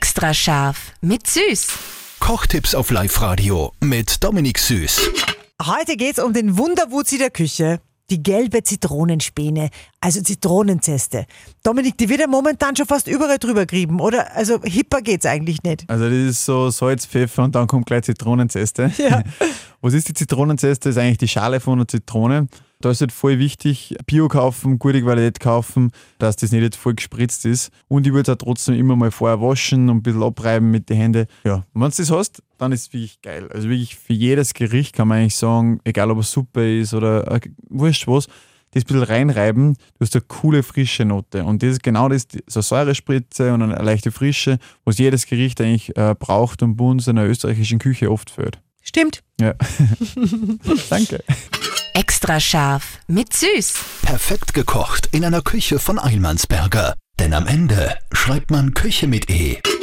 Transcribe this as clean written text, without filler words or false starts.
Extra scharf mit Süß. Kochtipps auf Live-Radio mit Dominik Süß. Heute geht's um den Wunderwuzi der Küche. Die gelbe Zitronenspäne, also Zitronenzeste. Dominik, die wird ja momentan schon fast überall drüber gerieben, oder? Also hipper geht's eigentlich nicht. Also das ist so Salz, Pfeffer und dann kommt gleich Zitronenzeste. Ja. Was ist die Zitronenzeste? Das ist eigentlich die Schale von der Zitrone. Da ist halt voll wichtig, Bio kaufen, gute Qualität kaufen, dass das nicht jetzt voll gespritzt ist. Und ich würde es auch trotzdem immer mal vorher waschen und ein bisschen abreiben mit den Händen. Ja, wenn du das hast, dann ist es wirklich geil. Also wirklich für jedes Gericht kann man eigentlich sagen, egal ob es Suppe ist oder wurscht was, das ein bisschen reinreiben, du hast eine coole, frische Note. Und das ist genau das, so eine Säurespritze und eine leichte Frische, was jedes Gericht eigentlich braucht und bei uns in der österreichischen Küche oft fehlt. Stimmt. Ja. Danke. Extra scharf mit Süß. Perfekt gekocht in einer Küche von Eilmannsberger. Denn am Ende schreibt man Küche mit E.